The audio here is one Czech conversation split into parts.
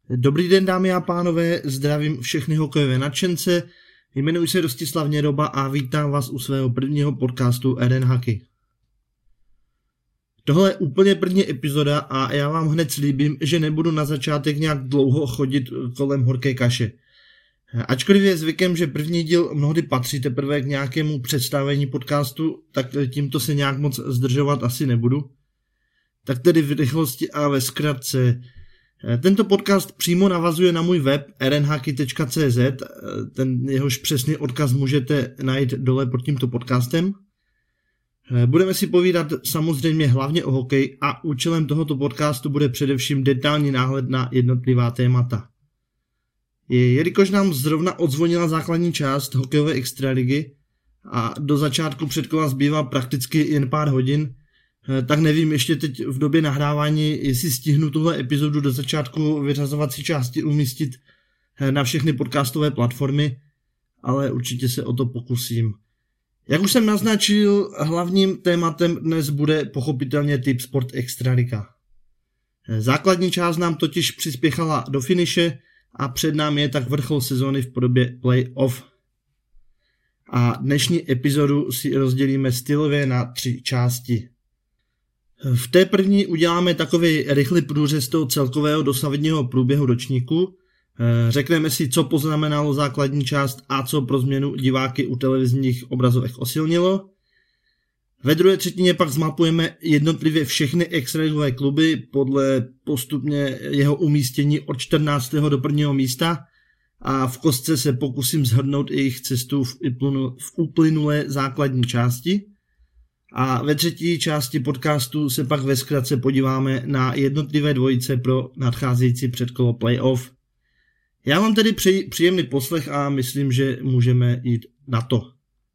Dobrý den, dámy a pánové, zdravím všechny hokejové nadšence, jmenuji se Rostislav Něroba a vítám vás u svého prvního podcastu RN Hockey. Tohle je úplně první epizoda a já vám hned slíbím, že nebudu na začátek nějak dlouho chodit kolem horké kaše. Ačkoliv je zvykem, že první díl mnohdy patří teprve k nějakému představení podcastu, tak tímto se nějak moc zdržovat asi nebudu. Tak tedy v rychlosti a ve zkratce. Tento podcast přímo navazuje na můj web rnhockey.cz, ten jehož přesný odkaz můžete najít dole pod tímto podcastem. Budeme si povídat samozřejmě hlavně o hokeji a účelem tohoto podcastu bude především detailní náhled na jednotlivá témata. Jelikož nám zrovna odzvonila základní část hokejové extraligy a do začátku předkola zbývá prakticky jen pár hodin, tak nevím ještě teď v době nahrávání, jestli stihnu tuhle epizodu do začátku vyřazovací části umístit na všechny podcastové platformy, ale určitě se o to pokusím. Jak už jsem naznačil, hlavním tématem dnes bude pochopitelně typ Sport Extraliga. Základní část nám totiž přispěchala do finiše a před námi je tak vrchol sezóny v podobě play-off. A dnešní epizodu si rozdělíme stylově na 3 části. V té první uděláme takový rychlý průřez toho celkového dosavadního průběhu ročníku. Řekneme si, co poznamenalo základní část a co pro změnu diváky u televizních obrazovek osilnilo. Ve druhé třetině pak zmapujeme jednotlivě všechny extraligové kluby podle postupně jeho umístění od 14. do 1. místa a v kostce se pokusím shrnout jejich cestu v uplynulé základní části. A ve třetí části podcastu se pak ve zkratce podíváme na jednotlivé dvojice pro nadcházející předkolo playoff. Já vám tedy přeji příjemný poslech a myslím, že můžeme jít na to.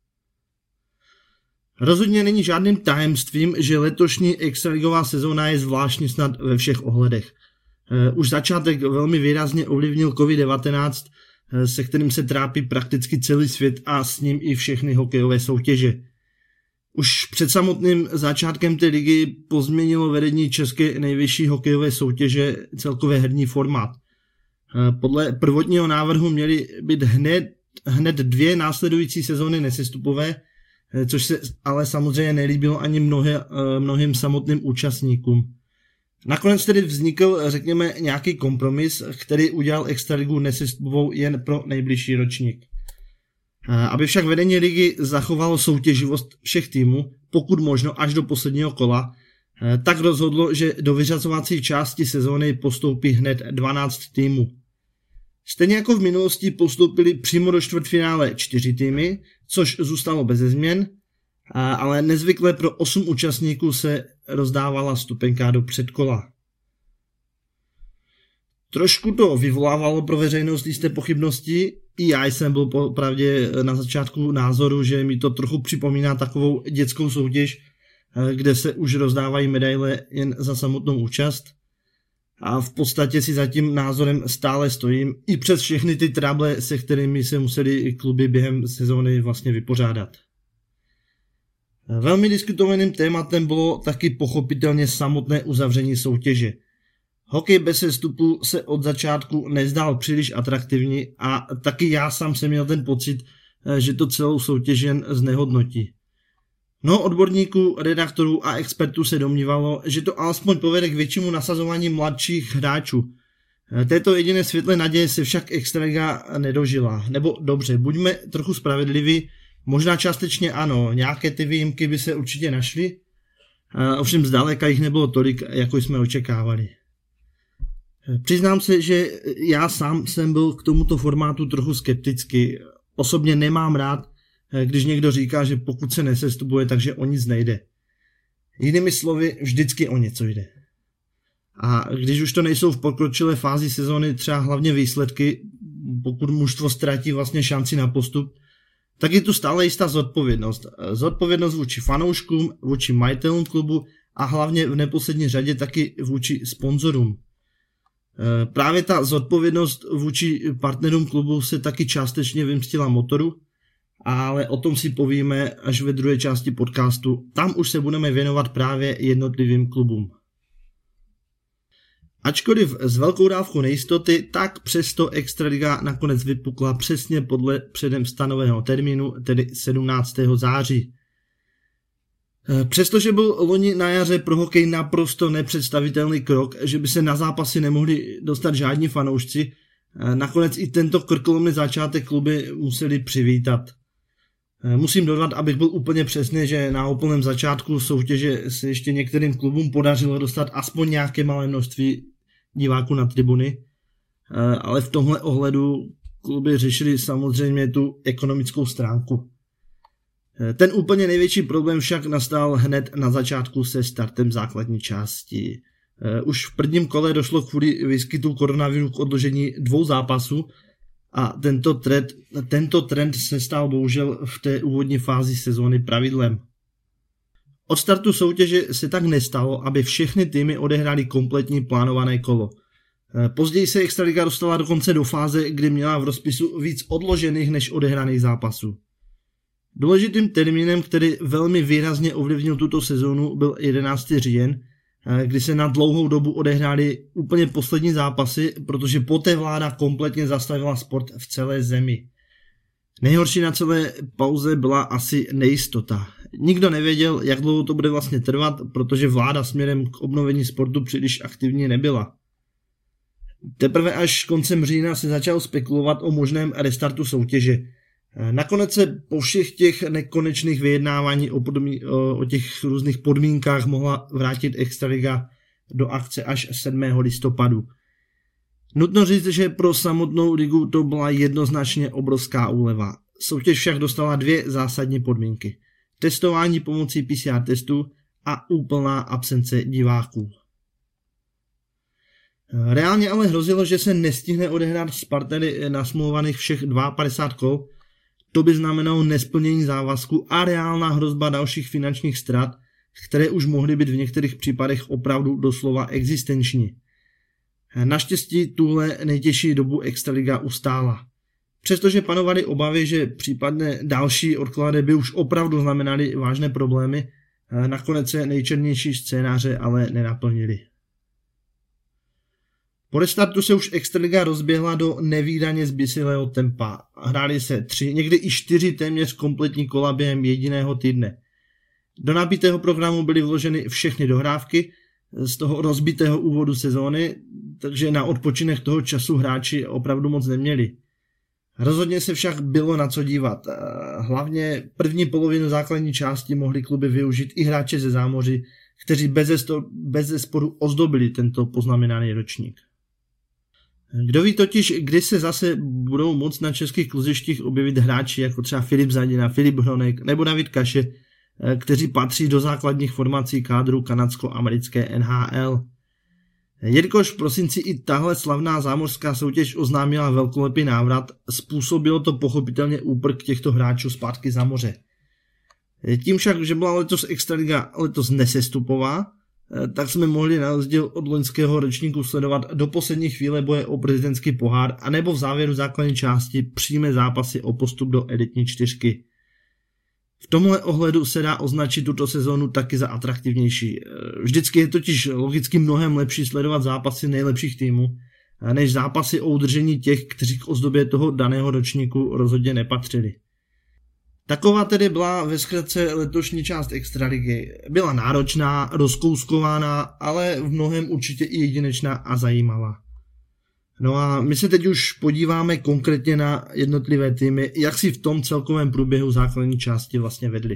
Rozhodně není žádným tajemstvím, že letošní extraligová sezóna je zvláštní snad ve všech ohledech. Už začátek velmi výrazně ovlivnil COVID-19, se kterým se trápí prakticky celý svět a s ním i všechny hokejové soutěže. Už před samotným začátkem té ligy pozměnilo vedení české nejvyšší hokejové soutěže celkově herní formát. Podle prvotního návrhu měly být hned 2 následující sezóny nesestupové, což se ale samozřejmě nelíbilo ani mnohým samotným účastníkům. Nakonec tedy vznikl, řekněme, nějaký kompromis, který udělal extraligu nesestupovou jen pro nejbližší ročník. Aby však vedení ligy zachovalo soutěživost všech týmů, pokud možno až do posledního kola, tak rozhodlo, že do vyřazovací části sezóny postoupí hned 12 týmů. Stejně jako v minulosti postoupili přímo do čtvrtfinále 4 týmy, což zůstalo beze změn, ale nezvykle pro 8 účastníků se rozdávala vstupenka do předkola. Trošku to vyvolávalo pro veřejnost jisté pochybnosti. I já jsem byl popravdě na začátku názoru, že mi to trochu připomíná takovou dětskou soutěž, kde se už rozdávají medaile jen za samotnou účast. A v podstatě si za tím názorem stále stojím, i přes všechny ty trable, se kterými se museli kluby během sezóny vlastně vypořádat. Velmi diskutovaným tématem bylo taky pochopitelně samotné uzavření soutěže. Hokej bez sestupu se od začátku nezdál příliš atraktivní a taky já sám jsem měl ten pocit, že to celou soutěž jen znehodnotí. Mnoho odborníků, redaktorů a expertů se domnívalo, že to alespoň povede k většímu nasazování mladších hráčů. Této jediné světlé naděje se však extraliga nedožila. Nebo dobře, buďme trochu spravedliví, možná částečně ano, nějaké ty výjimky by se určitě našly, ovšem zdaleka jich nebylo tolik, jako jsme očekávali. Přiznám se, že já sám jsem byl k tomuto formátu trochu skeptický. Osobně nemám rád, když někdo říká, že pokud se nesestupuje, takže o nic nejde. Jinými slovy, vždycky o něco jde. A když už to nejsou v pokročilé fázi sezóny třeba hlavně výsledky, pokud mužstvo ztratí vlastně šanci na postup, tak je tu stále jistá zodpovědnost. Zodpovědnost vůči fanouškům, vůči majitelům klubu a hlavně v neposlední řadě taky vůči sponzorům. Právě ta zodpovědnost vůči partnerům klubu se taky částečně vymstila motoru, ale o tom si povíme až ve druhé části podcastu. Tam už se budeme věnovat právě jednotlivým klubům. Ačkoliv s velkou dávkou nejistoty, tak přesto Extraliga nakonec vypukla přesně podle předem stanoveného termínu, tedy 17. září. Přestože byl loni na jaře pro hokej naprosto nepředstavitelný krok, že by se na zápasy nemohli dostat žádní fanoušci, nakonec i tento krkolomný začátek kluby museli přivítat. Musím dodat, abych byl úplně přesný, že na úplném začátku soutěže se ještě některým klubům podařilo dostat aspoň nějaké malé množství diváků na tribuny, ale v tomhle ohledu kluby řešili samozřejmě tu ekonomickou stránku. Ten úplně největší problém však nastal hned na začátku se startem základní části. Už v prvním kole došlo kvůli výskytu koronaviru k odložení 2 zápasů a tento trend se stal bohužel v té úvodní fázi sezóny pravidlem. Od startu soutěže se tak nestalo, aby všechny týmy odehrály kompletní plánované kolo. Později se Extraliga dostala dokonce do fáze, kdy měla v rozpisu víc odložených než odehraných zápasů. Důležitým termínem, který velmi výrazně ovlivnil tuto sezónu, byl 11. říjen, kdy se na dlouhou dobu odehrály úplně poslední zápasy, protože poté vláda kompletně zastavila sport v celé zemi. Nejhorší na celé pauze byla asi nejistota. Nikdo nevěděl, jak dlouho to bude vlastně trvat, protože vláda směrem k obnovení sportu příliš aktivní nebyla. Teprve až koncem října se začalo spekulovat o možném restartu soutěže. Nakonec se po všech těch nekonečných vyjednávání o těch různých podmínkách mohla vrátit Extraliga do akce až 7. listopadu. Nutno říct, že pro samotnou ligu to byla jednoznačně obrovská úleva. Soutěž však dostala 2 zásadní podmínky. Testování pomocí PCR testu a úplná absence diváků. Reálně ale hrozilo, že se nestihne odehrát s partnery nasmlouvaných všech 52 kol. To by znamenalo nesplnění závazku a reálná hrozba dalších finančních ztrát, které už mohly být v některých případech opravdu doslova existenční. Naštěstí tuhle nejtěžší dobu Extraliga ustála. Přestože panovaly obavy, že případné další odklady by už opravdu znamenaly vážné problémy, nakonec se nejčernější scénáře ale nenaplnily. Po restartu se už Extraliga rozběhla do nevídaně zběsilého tempa. Hrály se 3, někdy i 4 téměř kompletní kola během jediného týdne. Do nabitého programu byly vloženy všechny dohrávky z toho rozbitého úvodu sezóny, takže na odpočinek toho času hráči opravdu moc neměli. Rozhodně se však bylo na co dívat. Hlavně první polovinu základní části mohli kluby využít i hráči ze zámoří, kteří bezesporu ozdobili tento poznamenaný ročník. Kdo ví totiž, kdy se zase budou moct na českých kluzištích objevit hráči jako třeba Filip Zadina, Filip Hronek nebo David Kaše, kteří patří do základních formací kádru kanadsko-americké NHL. Jelikož v prosinci i tahle slavná zámořská soutěž oznámila velkolepý návrat, způsobilo to pochopitelně úprk těchto hráčů zpátky za moře. Tím však, že byla letos Extraliga nesestupová, tak jsme mohli na rozdíl od loňského ročníku sledovat do poslední chvíle boje o prezidentský pohár anebo v závěru základní části přímé zápasy o postup do elitní 4. V tomhle ohledu se dá označit tuto sezónu taky za atraktivnější. Vždycky je totiž logicky mnohem lepší sledovat zápasy nejlepších týmů, než zápasy o udržení těch, kteří k ozdobě toho daného ročníku rozhodně nepatřili. Taková tedy byla ve zkratce letošní část Extraligy. Byla náročná, rozkouskovaná, ale v mnohem určitě i jedinečná a zajímavá. No a my se teď už podíváme konkrétně na jednotlivé týmy, jak si v tom celkovém průběhu základní části vlastně vedli.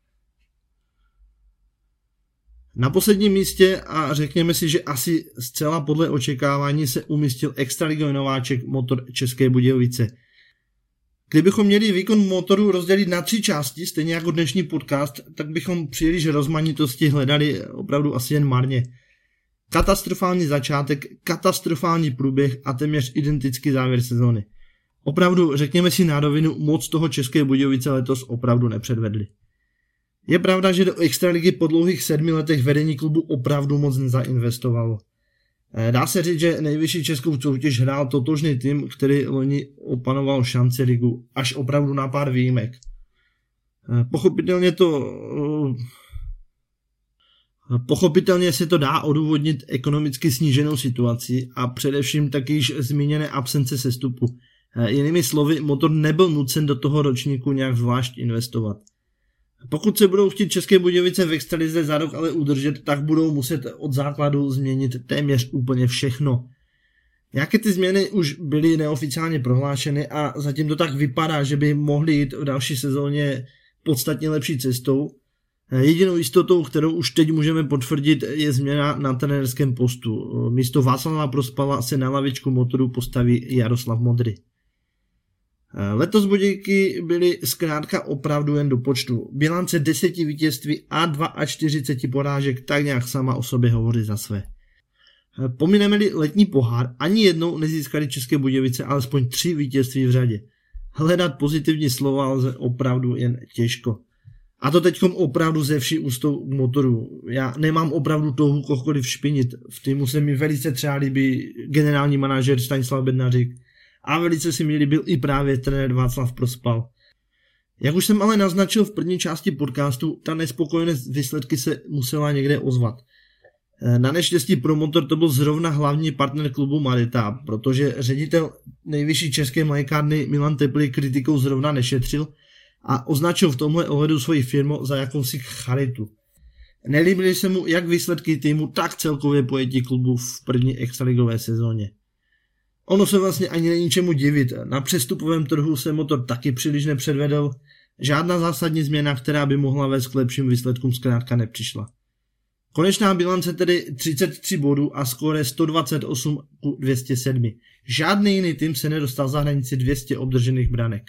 Na posledním místě a řekněme si, že asi zcela podle očekávání se umístil extraligový nováček Motor České Budějovice. Kdybychom měli výkon Motoru rozdělit na 3 části, stejně jako dnešní podcast, tak bychom příliš rozmanitosti hledali opravdu asi jen marně. Katastrofální začátek, katastrofální průběh a téměř identický závěr sezóny. Opravdu, řekněme si na rovinu, moc toho České Budějovice letos opravdu nepředvedli. Je pravda, že do Extraligy po dlouhých 7 letech vedení klubu opravdu moc nezainvestovalo. Dá se říct, že nejvyšší českou soutěž hrál totožný tým, který loni opanoval šanci ligu, až opravdu na pár výjimek. Pochopitelně to Pochopitelně se to dá odůvodnit ekonomicky sníženou situací a především taky již zmíněné absence sestupu. Jinými slovy, Motor nebyl nucen do toho ročníku nějak zvlášť investovat. Pokud se budou chtít České Budějovice v extralize za rok ale udržet, tak budou muset od základu změnit téměř úplně všechno. Jaké ty změny už byly neoficiálně prohlášeny a zatím to tak vypadá, že by mohly jít v další sezóně podstatně lepší cestou. Jedinou jistotou, kterou už teď můžeme potvrdit, je změna na trenérském postu. Místo Václava Prospala se na lavičku Motoru postaví Jaroslav Modry. Letos Budějky byly zkrátka opravdu jen do počtu. Bilance 10 vítězství a 42 porážek tak nějak sama o sobě hovoří za své. Pomineme-li letní pohár, ani jednou nezískali České Budějovice alespoň 3 vítězství v řadě. Hledat pozitivní slova lze opravdu jen těžko. A to teďkom opravdu ze vší ústou k Motoru. Já nemám opravdu touhu kohokoliv špinit. V týmu se mi velice třeba líbí generální manažer Stanislav Bednařík a velice se mi líbil i právě trenér Václav Prospal. Jak už jsem ale naznačil v první části podcastu, ta nespokojenost z výsledky se musela někde ozvat. Na neštěstí pro Motor to byl zrovna hlavní partner klubu Marita, protože ředitel nejvyšší české mlékárny Milan Teplý kritikou zrovna nešetřil a označil v tomhle ohledu svoji firmu za jakousi charitu. Nelíbily se mu jak výsledky týmu, tak celkově pojetí klubu v první extraligové sezóně. Ono se vlastně ani není čemu divit, na přestupovém trhu se Motor taky příliš nepředvedl, žádná zásadní změna, která by mohla vést k lepším výsledkům, zkrátka nepřišla. Konečná bilance tedy 33 bodů a skóre 128-207. Žádný jiný tým se nedostal za hranici 200 obdržených branek.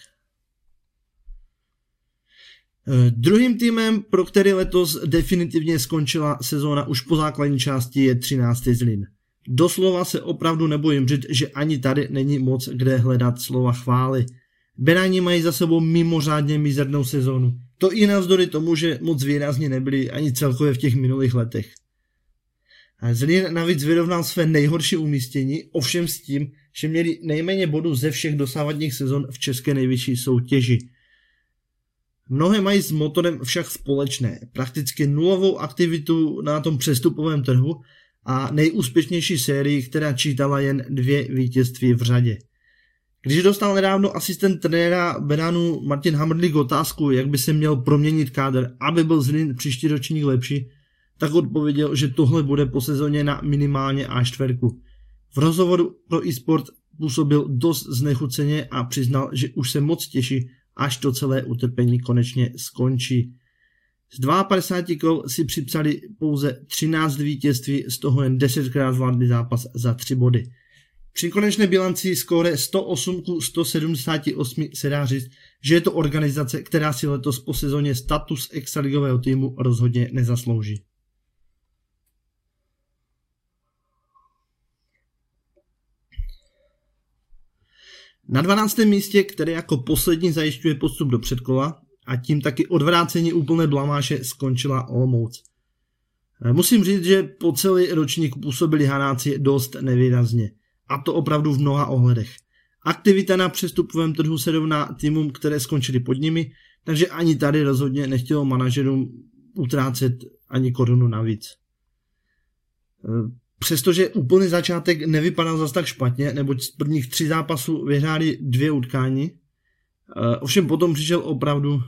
Druhým týmem, pro který letos definitivně skončila sezóna už po základní části, je 13. Zlín. Doslova se opravdu nebojím říct, že ani tady není moc kde hledat slova chvály. Beráni mají za sebou mimořádně mizernou sezónu. To i navzdory tomu, že moc výrazně nebyli ani celkově v těch minulých letech. Zlín navíc vyrovnal své nejhorší umístění, ovšem s tím, že měli nejméně bodů ze všech dosávadních sezon v české nejvyšší soutěži. Mnohé mají s Motorem však společné, prakticky nulovou aktivitu na tom přestupovém trhu a nejúspěšnější sérii, která čítala jen 2 vítězství v řadě. Když dostal nedávno asistent trenéra Beránů Martin Hamrlík otázku, jak by se měl proměnit kádr, aby byl Zlín příští ročník lepší, tak odpověděl, že tohle bude po sezóně na minimálně A4. V rozhovoru pro eSport působil dost znechuceně a přiznal, že už se moc těší, až to celé utrpení konečně skončí. Z 52 kol si připsali pouze 13 vítězství, z toho jen 10krát zvládli zápas za 3 body. Při konečné bilanci skóre 108-178 se dá říct, že je to organizace, která si letos po sezóně status extraligového týmu rozhodně nezaslouží. Na 12. místě, které jako poslední zajišťuje postup do předkola a tím taky odvrácení úplné blamáše, skončila Olomouc. Musím říct, že po celý ročník působili Hanáci dost nevýrazně. A to opravdu v mnoha ohledech. Aktivita na přestupovém trhu se rovná týmům, které skončily pod nimi, takže ani tady rozhodně nechtělo manažerům utrácet ani korunu navíc. Přestože úplný začátek nevypadal zas tak špatně, neboť z prvních 3 zápasů vyhráli 2 utkání, ovšem potom přišel opravdu...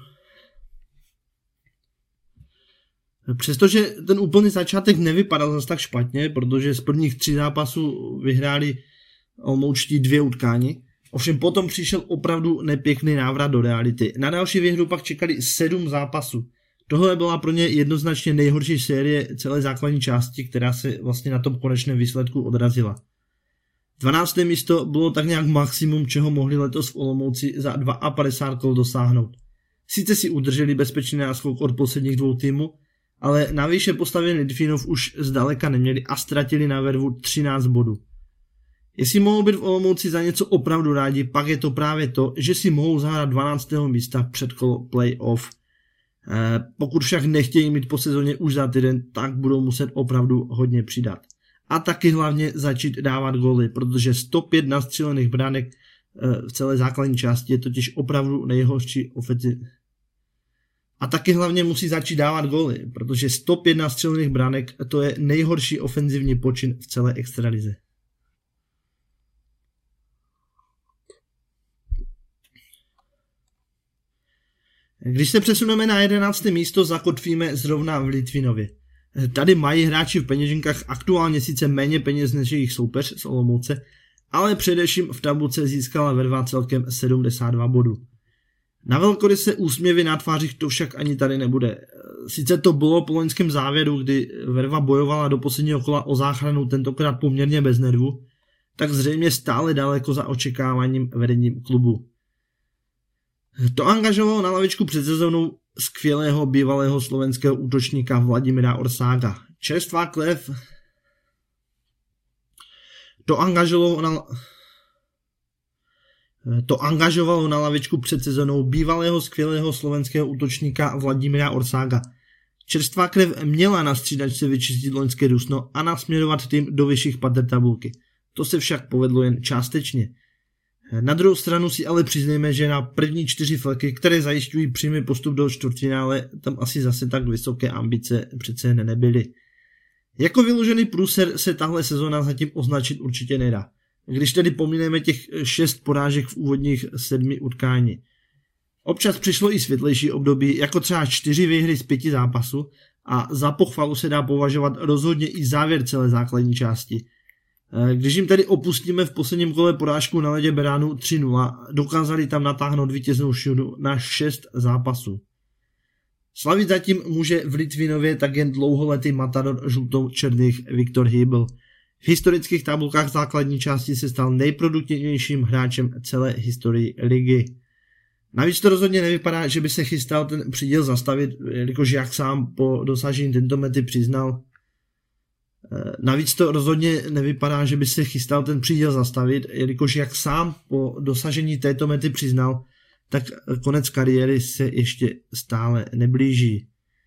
Přestože ten úplný začátek nevypadal zas tak špatně, protože z prvních 3 zápasů vyhráli Olomoučtí 2 utkání, ovšem potom přišel opravdu nepěkný návrat do reality. Na další výhru pak čekali 7 zápasů. Tohle byla pro ně jednoznačně nejhorší série celé základní části, která se vlastně na tom konečném výsledku odrazila. 12. místo bylo tak nějak maximum, čeho mohli letos v Olomouci za 52 kol dosáhnout. Sice si udrželi bezpečný náskok od posledních 2 týmů, ale na výše postavený Litvinov už zdaleka neměli a ztratili na vervu 13 bodů. Jestli mohou být v Olomouci za něco opravdu rádi, pak je to právě to, že si mohou zahrát 12. místa před kolo playoff. Pokud však nechtějí mít po sezóně už za týden, tak budou muset opravdu hodně přidat. A taky hlavně začít dávat góly, protože 105 nastřelených branek v celé základní části je totiž opravdu nejhorší A taky hlavně musí začít dávat góly, protože 105 nastřelených branek to je nejhorší ofenzivní počin v celé extralize. Když se přesuneme na 11. místo, zakotvíme zrovna v Litvinově. Tady mají hráči v peněženkách aktuálně sice méně peněz než jejich soupeř z Olomouce, ale především v tabulce získala Verva celkem 72 bodů. Na velkoryse úsměvy na tvářích to však ani tady nebude. Sice to bylo po loňském závěru, kdy Verva bojovala do posledního kola o záchranu, tentokrát poměrně bez nervu, tak zřejmě stále daleko za očekáváním vedením klubu. To angažovalo na lavičku před sezónou skvělého bývalého slovenského útočníka Vladimíra Orsága. Čerstvá krev to angažovalo na lavičku před sezónou bývalého skvělého slovenského útočníka Vladimíra Orsága. Čerstvá krev měla na střídačce vyčistit loňské dusno a nasměrovat tým do vyšších pater tabulky. To se však povedlo jen částečně. Na druhou stranu si ale přiznejme, že na první 4 fleky, které zajišťují přímý postup do čtvrtfinále, tam asi zase tak vysoké ambice přece jen nebyly. Jako vyložený průser se tahle sezona zatím označit určitě nedá, když tedy pomineme těch 6 porážek v úvodních 7 utkání. Občas přišlo i světlejší období, jako třeba 4 výhry z 5 zápasů a za pochvalu se dá považovat rozhodně i závěr celé základní části. Když jim tedy opustíme v posledním kole porážku na ledě Beránu 3-0, dokázali tam natáhnout vítěznou šudu na 6 zápasů. Slavit zatím může v Litvinově tak jen dlouholetý matador žlutou-černých Viktor Hýbl. V historických tabulkách základní části se stal nejproduktivnějším hráčem celé historii ligy. Navíc to rozhodně nevypadá, že by se chystal ten příděl zastavit, jelikož jak sám po dosažení tento mety přiznal, tak konec kariéry se ještě stále neblíží.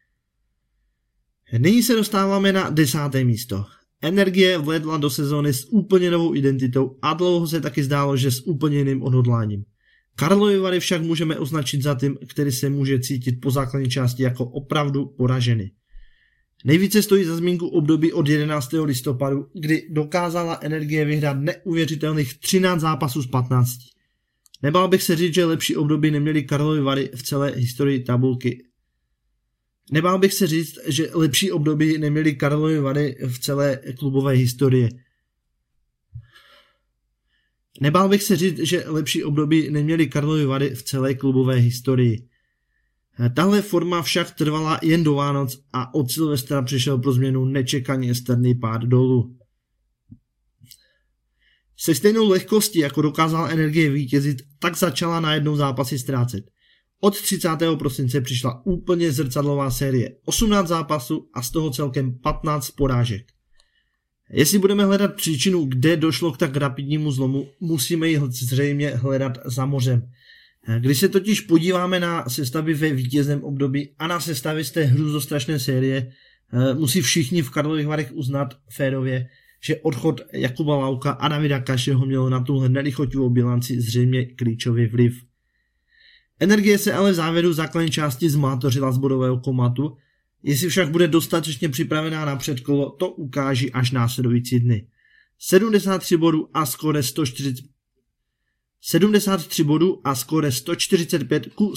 Nyní se dostáváme na 10. místo. Energie vledla do sezóny s úplně novou identitou a dlouho se taky zdálo, že s úplně jiným odhodláním. Karlovy Vary však můžeme označit za tým, který se může cítit po základní části jako opravdu poražený. Nejvíce stojí za zmínku období od 11. listopadu, kdy dokázala Energie vyhrát neuvěřitelných 13 zápasů z 15. Nebál bych se říct, že lepší období neměli Karlovy Vary v celé historii tabulky. klubové historii. Tahle forma však trvala jen do Vánoc a od Silvestra přišel pro změnu nečekaně strmý pád dolů. Se stejnou lehkostí, jako dokázala Energie vítězit, tak začala najednou zápasy ztrácet. Od 30. prosince přišla úplně zrcadlová série, 18 zápasů a z toho celkem 15 porážek. Jestli budeme hledat příčinu, kde došlo k tak rapidnímu zlomu, musíme ji zřejmě hledat za mořem. Když se totiž podíváme na sestavy ve vítězném období a na sestavy z té hrůzostrašné série, musí všichni v Karlových Varech uznat férově, že odchod Jakuba Lauka a Davida Kašeho mělo na tuhle nelichotivou bilanci zřejmě klíčový vliv. Energie se ale v závěru základní části zmátořila z bodového komatu, jestli však bude dostatečně připravená na předkolo, to ukáží až následující dny. 73 bodů a skóre 145 ku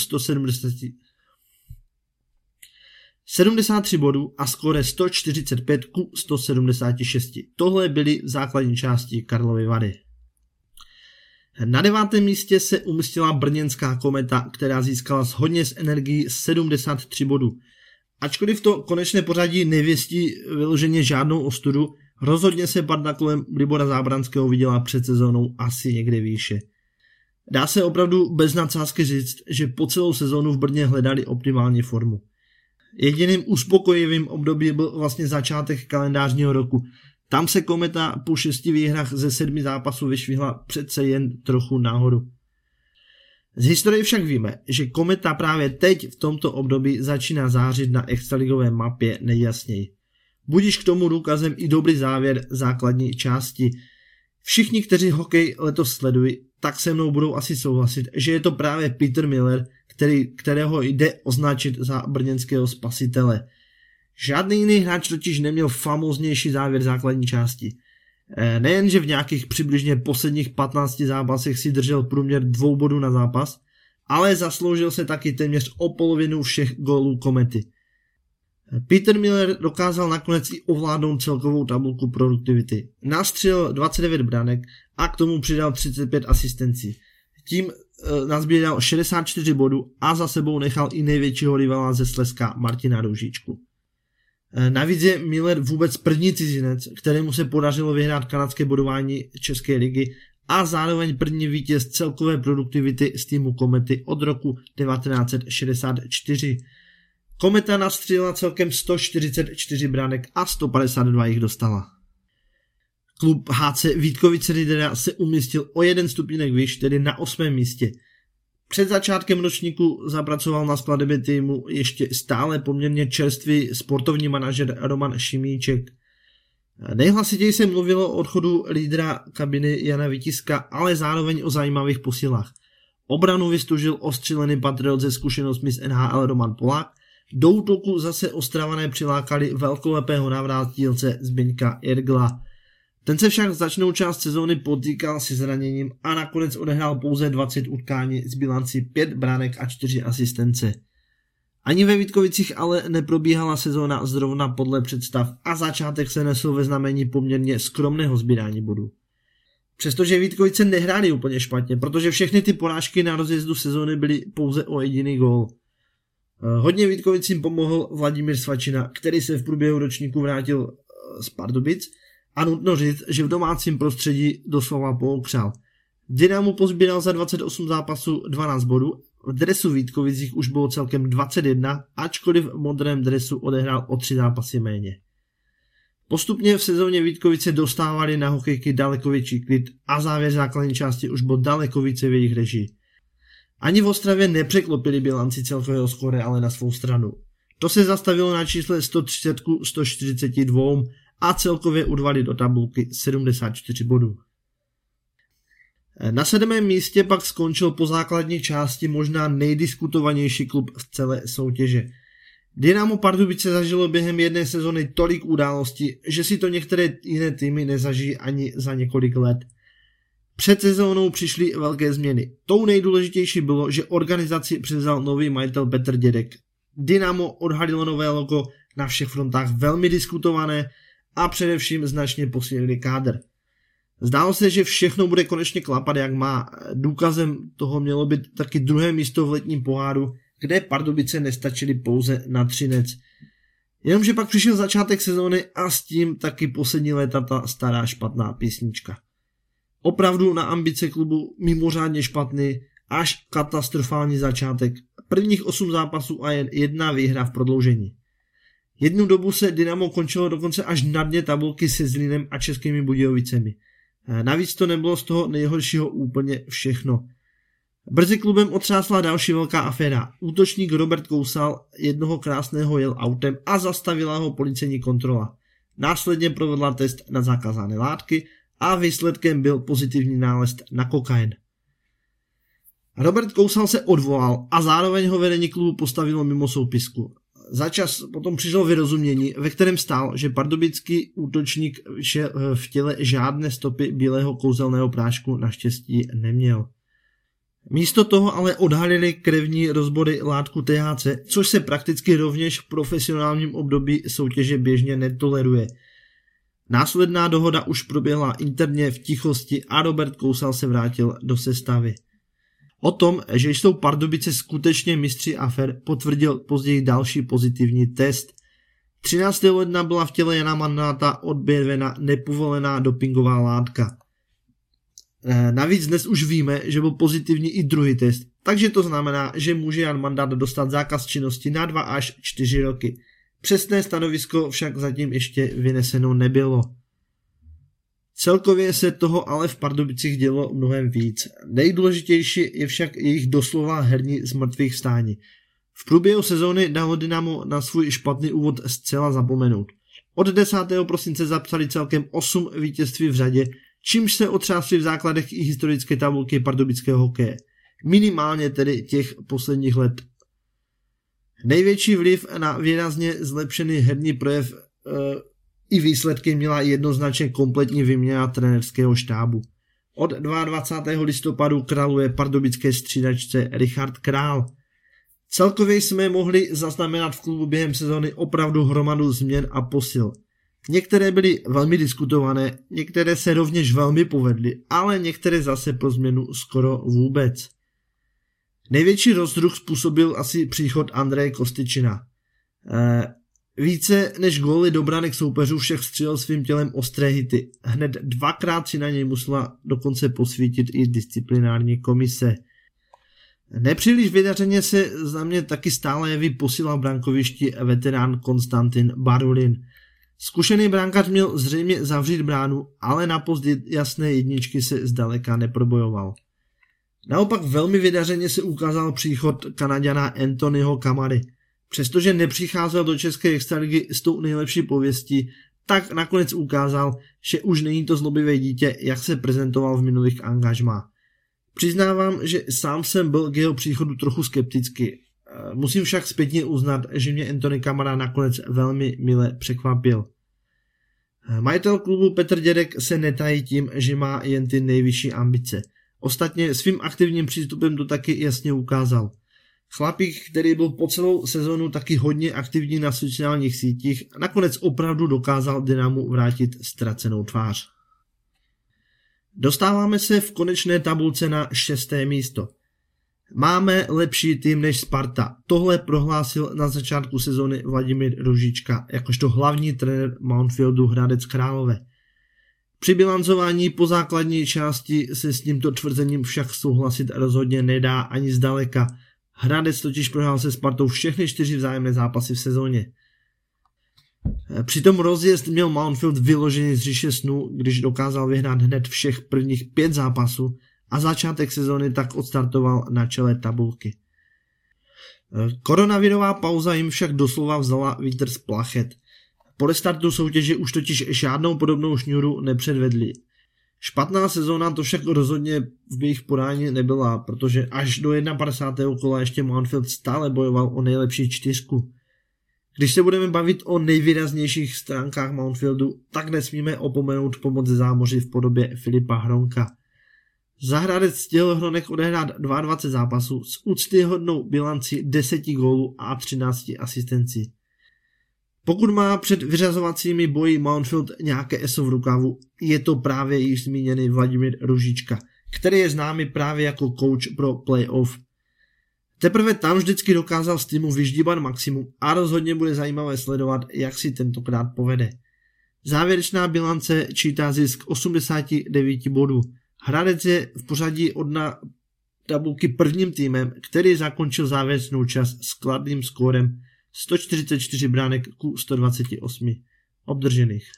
176. Tohle byly v základní části Karlovy Vary. Na 9. místě se umístila brněnská Kometa, která získala shodně s Energií 73 bodů. Ačkoliv to konečné pořadí nevěstí vyloženě žádnou ostudu, rozhodně se parta kolem Libora Zábranského viděla před sezónou asi někde výše. Dá se opravdu bez nadsázky říct, že po celou sezónu v Brně hledali optimální formu. Jediným uspokojivým období byl vlastně začátek kalendářního roku. Tam se Kometa po 6 výhrách ze 7 zápasů vyšvihla přece jen trochu nahoru. Z historie však víme, že Kometa právě teď v tomto období začíná zářit na extraligové mapě nejjasněji. Budiž k tomu důkazem i dobrý závěr základní části. Všichni, kteří hokej letos sledují, tak se mnou budou asi souhlasit, že je to právě Peter Miller, kterého jde označit za brněnského spasitele. Žádný jiný hráč totiž neměl famóznější závěr základní části. Nejenže v nějakých přibližně posledních 15 zápasech si držel průměr 2 bodů na zápas, ale zasloužil se taky téměř o polovinu všech gólů Komety. Peter Miller dokázal nakonec i ovládnout celkovou tabulku produktivity. Nastřelil 29 branek a k tomu přidal 35 asistencí. Tím nazbíral 64 bodů a za sebou nechal i největšího rivala ze Slezska Martina Doužičku. Navíc je Miller vůbec první cizinec, kterému se podařilo vyhrát kanadské bodování České ligy a zároveň první vítěz celkové produktivity z týmu Komety od roku 1964. Kometa nastřílila celkem 144 branek a 152 jich dostala. Klub HC Vítkovice Ridera se umístil o 1 stupínek výš, tedy na 8. místě. Před začátkem ročníku zapracoval na skladbě týmu ještě stále poměrně čerstvý sportovní manažer Roman Šimíček. Nejhlasitěji se mluvilo o odchodu lídra kabiny Jana Vítiska, ale zároveň o zajímavých posilách. Obranu vystužil ostřelený patriot ze zkušenostmi z NHL Roman Polák, do útoku zase Ostravané přilákali velkolepého navrátilce Zbyňka Jirgla. Ten se však začnou část sezóny potýkal se zraněním a nakonec odehrál pouze 20 utkání s bilancí 5 branek a 4 asistence. Ani ve Vítkovicích ale neprobíhala sezóna zrovna podle představ a začátek se nesl ve znamení poměrně skromného sbírání bodů. Přestože Vítkovice nehráli úplně špatně, protože všechny ty porážky na rozjezdu sezóny byly pouze o jediný gól. Hodně Vítkovicím pomohl Vladimír Svačina, který se v průběhu ročníku vrátil z Pardubic a nutno říct, že v domácím prostředí doslova pookřál. Dynamo pozbíral za 28 zápasů 12 bodů, v dresu Vítkovicích už bylo celkem 21, ačkoliv v modrém dresu odehrál o 3 zápasy méně. Postupně v sezóně Vítkovice dostávali na hokejky daleko větší klid a závěr základní části už byl daleko více v jejich režii. Ani v Ostravě nepřeklopili bilanci celkového skóre, ale na svou stranu. To se zastavilo na čísle 130 ku 142 a celkově urvali do tabulky 74 bodů. Na 7. místě pak skončil po základní části možná nejdiskutovanější klub v celé soutěže. Dynamo Pardubice zažilo během jedné sezony tolik událostí, že si to některé jiné týmy nezažijí ani za několik let. Před sezónou přišly velké změny. Tou nejdůležitější bylo, že organizaci převzal nový majitel Petr Dědek. Dynamo odhalilo nové logo na všech frontách velmi diskutované a především značně posílili kádr. Zdálo se, že všechno bude konečně klapat jak má. Důkazem toho mělo být taky 2. místo v letním poháru, kde Pardubice nestačily pouze na třinec. Jenomže pak přišel začátek sezóny a s tím taky poslední léta ta stará špatná písnička. Opravdu na ambice klubu mimořádně špatný, až katastrofální začátek. Prvních 8 zápasů a jen 1 výhra v prodloužení. Jednu dobu se Dynamo končilo dokonce až na dně tabulky se Zlínem a Českými Budějovicemi. Navíc to nebylo z toho nejhoršího úplně všechno. Brzy klubem otřásla další velká aféra. Útočník Robert Kousal jednoho krásného jel autem a zastavila ho policejní kontrola. Následně provedla test na zakázané látky a výsledkem byl pozitivní nález na kokain. Robert Kousal se odvolal a zároveň ho vedení klubu postavilo mimo soupisku. Začas potom přišlo vyrozumění, ve kterém stál, že pardubický útočník v těle žádné stopy bílého kouzelného prášku naštěstí neměl. Místo toho ale odhalili krevní rozbory látku THC, což se prakticky rovněž v profesionálním období soutěže běžně netoleruje. Následná dohoda už proběhla interně v tichosti a Robert Kousal se vrátil do sestavy. O tom, že jsou Pardubice skutečně mistři afér, potvrdil později další pozitivní test. 13. ledna byla v těle Jana Mandáta objevena nepovolená dopingová látka. Navíc dnes už víme, že byl pozitivní i druhý test, takže to znamená, že může Jan Mandát dostat zákaz činnosti na 2 až 4 roky. Přesné stanovisko však zatím ještě vyneseno nebylo. Celkově se toho ale v Pardubicích dělo mnohem víc. Nejdůležitější je však jejich doslova herní zmrtvých vstání. V průběhu sezóny dalo Dynamo na svůj špatný úvod zcela zapomenout. Od 10. prosince zapsali celkem 8 vítězství v řadě, čímž se otřásli v základech i historické tabulky pardubického hokeje. Minimálně tedy těch posledních let. Největší vliv na výrazně zlepšený herní projev i výsledky měla jednoznačně kompletní výměna trenérského štábu. Od 22. listopadu králuje pardubické střídačce Richard Král. Celkově jsme mohli zaznamenat v klubu během sezony opravdu hromadu změn a posil. Některé byly velmi diskutované, některé se rovněž velmi povedly, ale některé zase pro změnu skoro vůbec. Největší rozruch způsobil asi příchod Andreje Kostyčina. Více než góly do branek soupeřů však střílel svým tělem ostré hity. Hned dvakrát si na něj musela dokonce posvítit i disciplinární komise. Nepříliš vydařeně se za mě taky stále jeví posila v brankovišti veterán Konstantin Barulin. Zkušený brankář měl zřejmě zavřít bránu, ale na post jasné jedničky se zdaleka neprobojoval. Naopak velmi vydařeně se ukázal příchod Kanaďana Anthonyho Kamary. Přestože nepřicházel do české extraligy s tou nejlepší pověstí, tak nakonec ukázal, že už není to zlobivé dítě, jak se prezentoval v minulých angažmá. Přiznávám, že sám jsem byl k jeho příchodu trochu skeptický. Musím však zpětně uznat, že mě Anthony Kamara nakonec velmi mile překvapil. Majitel klubu Petr Dědek se netají tím, že má jen ty nejvyšší ambice. Ostatně svým aktivním přístupem to taky jasně ukázal. Chlapík, který byl po celou sezonu taky hodně aktivní na sociálních sítích, nakonec opravdu dokázal Dynamu vrátit ztracenou tvář. Dostáváme se v konečné tabulce na 6. místo. Máme lepší tým než Sparta. Tohle prohlásil na začátku sezony Vladimír Růžička, jakožto hlavní trenér Mountfieldu Hradec Králové. Při bilancování po základní části se s tímto tvrzením však souhlasit rozhodně nedá ani zdaleka. Hradec totiž prohrál se Spartou všechny 4 vzájemné zápasy v sezóně. Přitom rozjezd měl Mountfield vyložený z říše snů, když dokázal vyhrát hned všech prvních 5 zápasů a začátek sezóny tak odstartoval na čele tabulky. Koronavirová pauza jim však doslova vzala vítr z plachet. Po restartu soutěže už totiž žádnou podobnou šňůru nepředvedli. Špatná sezóna to však rozhodně v jejich podání nebyla, protože až do 51. kola ještě Mountfield stále bojoval o nejlepší 4. Když se budeme bavit o nejvýraznějších stránkách Mountfieldu, tak nesmíme opomenout pomoc ze zámoří v podobě Filipa Hronka. Za Hradec stihl Hronek odehrát 22 zápasů s úctyhodnou bilancí 10 gólů a 13 asistencí. Pokud má před vyřazovacími boji Mountfield nějaké ESO v rukávu, je to právě již zmíněný Vladimír Růžička, který je známý právě jako coach pro playoff. Teprve tam vždycky dokázal z týmu vyždíbat maximum a rozhodně bude zajímavé sledovat, jak si tentokrát povede. Závěrečná bilance čítá zisk 89 bodů. Hradec je v pořadí od na tabulky prvním týmem, který zakončil závěrečnou část s kladným skórem 144 bránek ku 128 obdržených.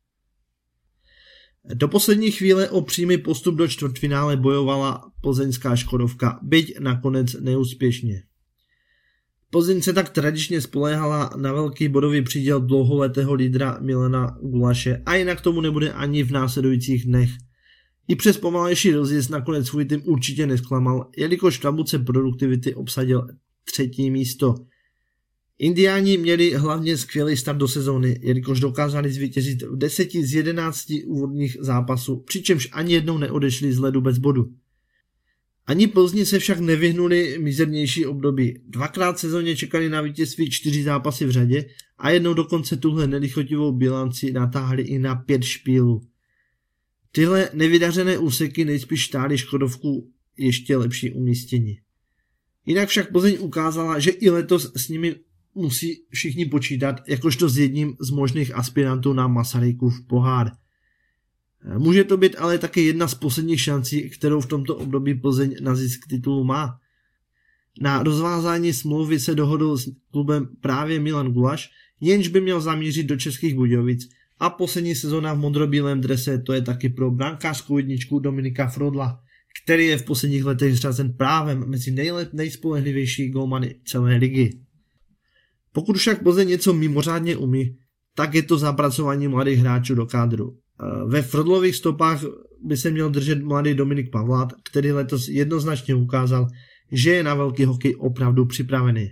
Do poslední chvíle o přímý postup do čtvrtfinále bojovala plzeňská Škodovka, byť nakonec neúspěšně. Plzeň se tak tradičně spoléhala na velký bodový příděl dlouholetého lídra Milana Gulaše a jinak tomu nebude ani v následujících dnech. I přes pomalejší rozjezd nakonec svůj tým určitě nesklamal, jelikož v tabulce produktivity obsadil 3. místo. Indiáni měli hlavně skvělý start do sezóny, jelikož dokázali zvítězit v 10 z 11 úvodních zápasů, přičemž ani jednou neodešli z ledu bez bodu. Ani Plzni se však nevyhnuli mizernější období. 2krát v sezóně čekali na vítězství 4 zápasy v řadě a jednou dokonce tuhle nelichotivou bilanci natáhli i na 5 špílů. Tyhle nevydařené úseky nejspíš stály Škodovku ještě lepší umístění. Jinak však Plzeň ukázala, že i letos s nimi musí všichni počítat jakožto s jedním z možných aspirantů na Masarykův pohár. Může to být ale také jedna z posledních šancí, kterou v tomto období Plzeň na zisk titulu má. Na rozvázání smlouvy se dohodl s klubem právě Milan Gulaš, jenž by měl zamířit do Českých Budějovic a poslední sezóna v modrobílém drese to je taky pro brankářskou jedničku Dominika Frodla, který je v posledních letech řazen právem mezi nejspolehlivější golmany celé ligy. Pokud však Plzeň něco mimořádně umí, tak je to zapracování mladých hráčů do kádru. Ve Frodlových stopách by se měl držet mladý Dominik Pavlát, který letos jednoznačně ukázal, že je na velký hokej opravdu připravený.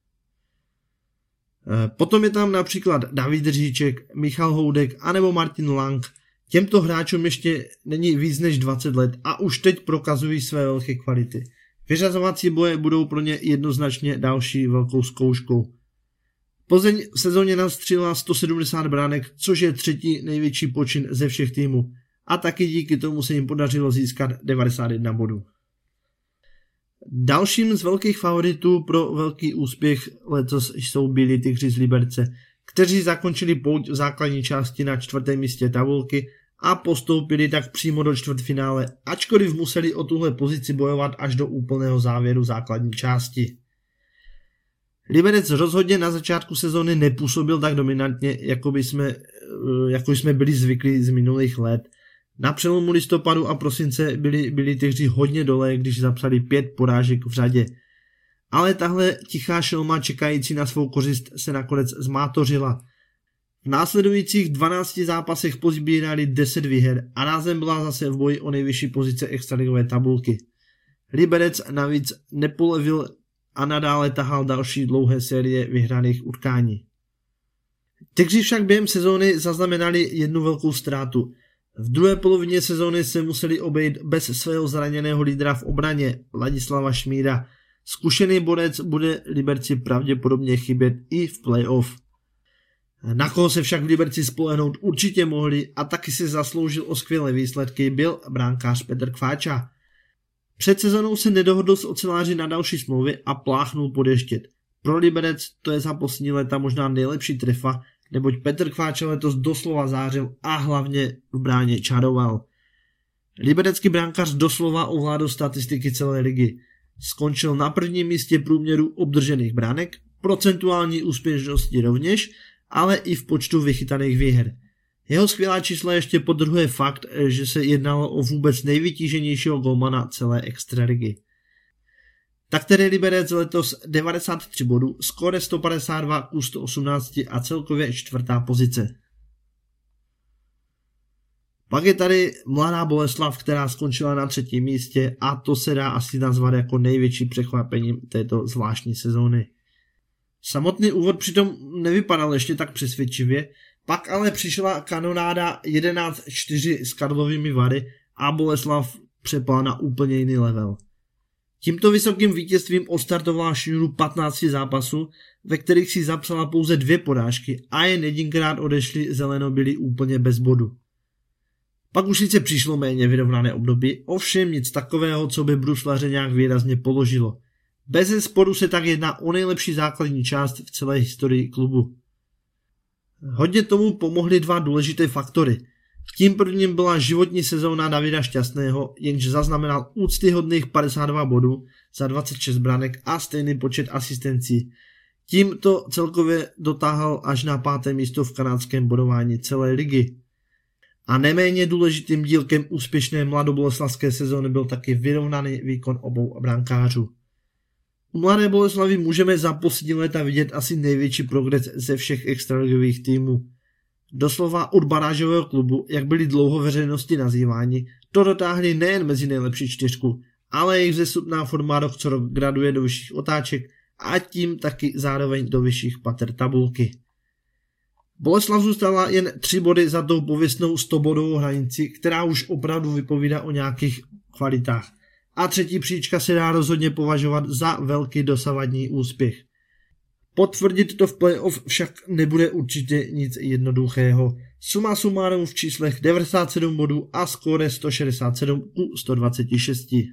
Potom je tam například David Říček, Michal Houdek anebo Martin Lang. Těmto hráčům ještě není víc než 20 let a už teď prokazují své velké kvality. Vyřazovací boje budou pro ně jednoznačně další velkou zkouškou. Plzeň v sezóně nastřílila 170 branek, což je třetí největší počin ze všech týmů. A taky díky tomu se jim podařilo získat 91 bodů. Dalším z velkých favoritů pro velký úspěch letos jsou Bílí tygři z Liberce, kteří zakončili pouť v základní části na 4. místě tabulky a postoupili tak přímo do čtvrtfinále, ačkoliv museli o tuhle pozici bojovat až do úplného závěru základní části. Liberec rozhodně na začátku sezóny nepůsobil tak dominantně, jako jsme byli zvyklí z minulých let. Na přelomu listopadu a prosince byli tygři hodně dole, když zapsali 5 porážek v řadě. Ale tahle tichá šelma čekající na svou kořist se nakonec zmátořila. V následujících 12 zápasech pozbírali 10 výher a rázem byla zase v boji o nejvyšší pozice extraligové tabulky. Liberec navíc nepolevil a nadále tahal další dlouhé série vyhraných utkání. Tygři však během sezóny zaznamenali jednu velkou ztrátu. V druhé polovině sezóny se museli obejít bez svého zraněného lídra v obraně Ladislava Šmíra. Zkušený borec bude Liberci pravděpodobně chybět i v playoff. Na koho se však v Liberci spolehnout určitě mohli a taky si zasloužil o skvělé výsledky, byl brankář Petr Kváča. Před sezónou se nedohodl s oceláři na další smlouvy a pláchnul podještět. Pro Liberec to je za poslední léta možná nejlepší trefa, neboť Petr Kváča letos doslova zářil a hlavně v bráně čaroval. Liberecký brankář doslova ovládl statistiky celé ligy. Skončil na prvním místě průměru obdržených branek, procentuální úspěšnosti rovněž, ale i v počtu vychytaných výher. Jeho skvělá čísla ještě podtrhuje fakt, že se jednalo o vůbec nejvytíženějšího golmana celé extraligy. Tak tedy Liberec letos 93 bodů, skóre 152-118 a celkově 4. pozice. Pak je tady Mladá Boleslav, která skončila na 3. místě a to se dá asi nazvat jako největší překvapením této zvláštní sezóny. Samotný úvod přitom nevypadal ještě tak přesvědčivě, pak ale přišla kanonáda 11-4 s Karlovými Vary a Boleslav přepala na úplně jiný level. Tímto vysokým vítězstvím odstartovala šňůru 15 zápasů, ve kterých si zapsala pouze 2 porážky a jen jedinkrát odešli zelenobylí úplně bez bodu. Pak už sice přišlo méně vyrovnané období, ovšem nic takového, co by bruslaře nějak výrazně položilo. Bezesporu se tak jedná o nejlepší základní část v celé historii klubu. Hodně tomu pomohly 2 důležité faktory. Tím prvním byla životní sezóna Davida Šťastného, jenž zaznamenal úctyhodných 52 bodů za 26 branek a stejný počet asistencí. Tím to celkově dotáhl až na 5. místo v kanadském bodování celé ligy. A neméně důležitým dílkem úspěšné mladoboleslavské sezóny byl taky vyrovnaný výkon obou brankářů. U Mladé Boleslavy můžeme za poslední léta vidět asi největší progres ze všech extraligových týmů. Doslova od barážového klubu, jak byli dlouho veřejnosti nazýváni, to dotáhli nejen mezi nejlepší 4, ale jejich vzestupná forma rok co rok graduje do vyšších otáček a tím taky zároveň do vyšších pater tabulky. Boleslav zůstala jen 3 body za tou pověstnou 100bodovou hranici, která už opravdu vypovídá o nějakých kvalitách. A 3. příčka se dá rozhodně považovat za velký dosavadní úspěch. Potvrdit to v playoff však nebude určitě nic jednoduchého. Suma sumárum v číslech 97 bodů a skóre 167-126.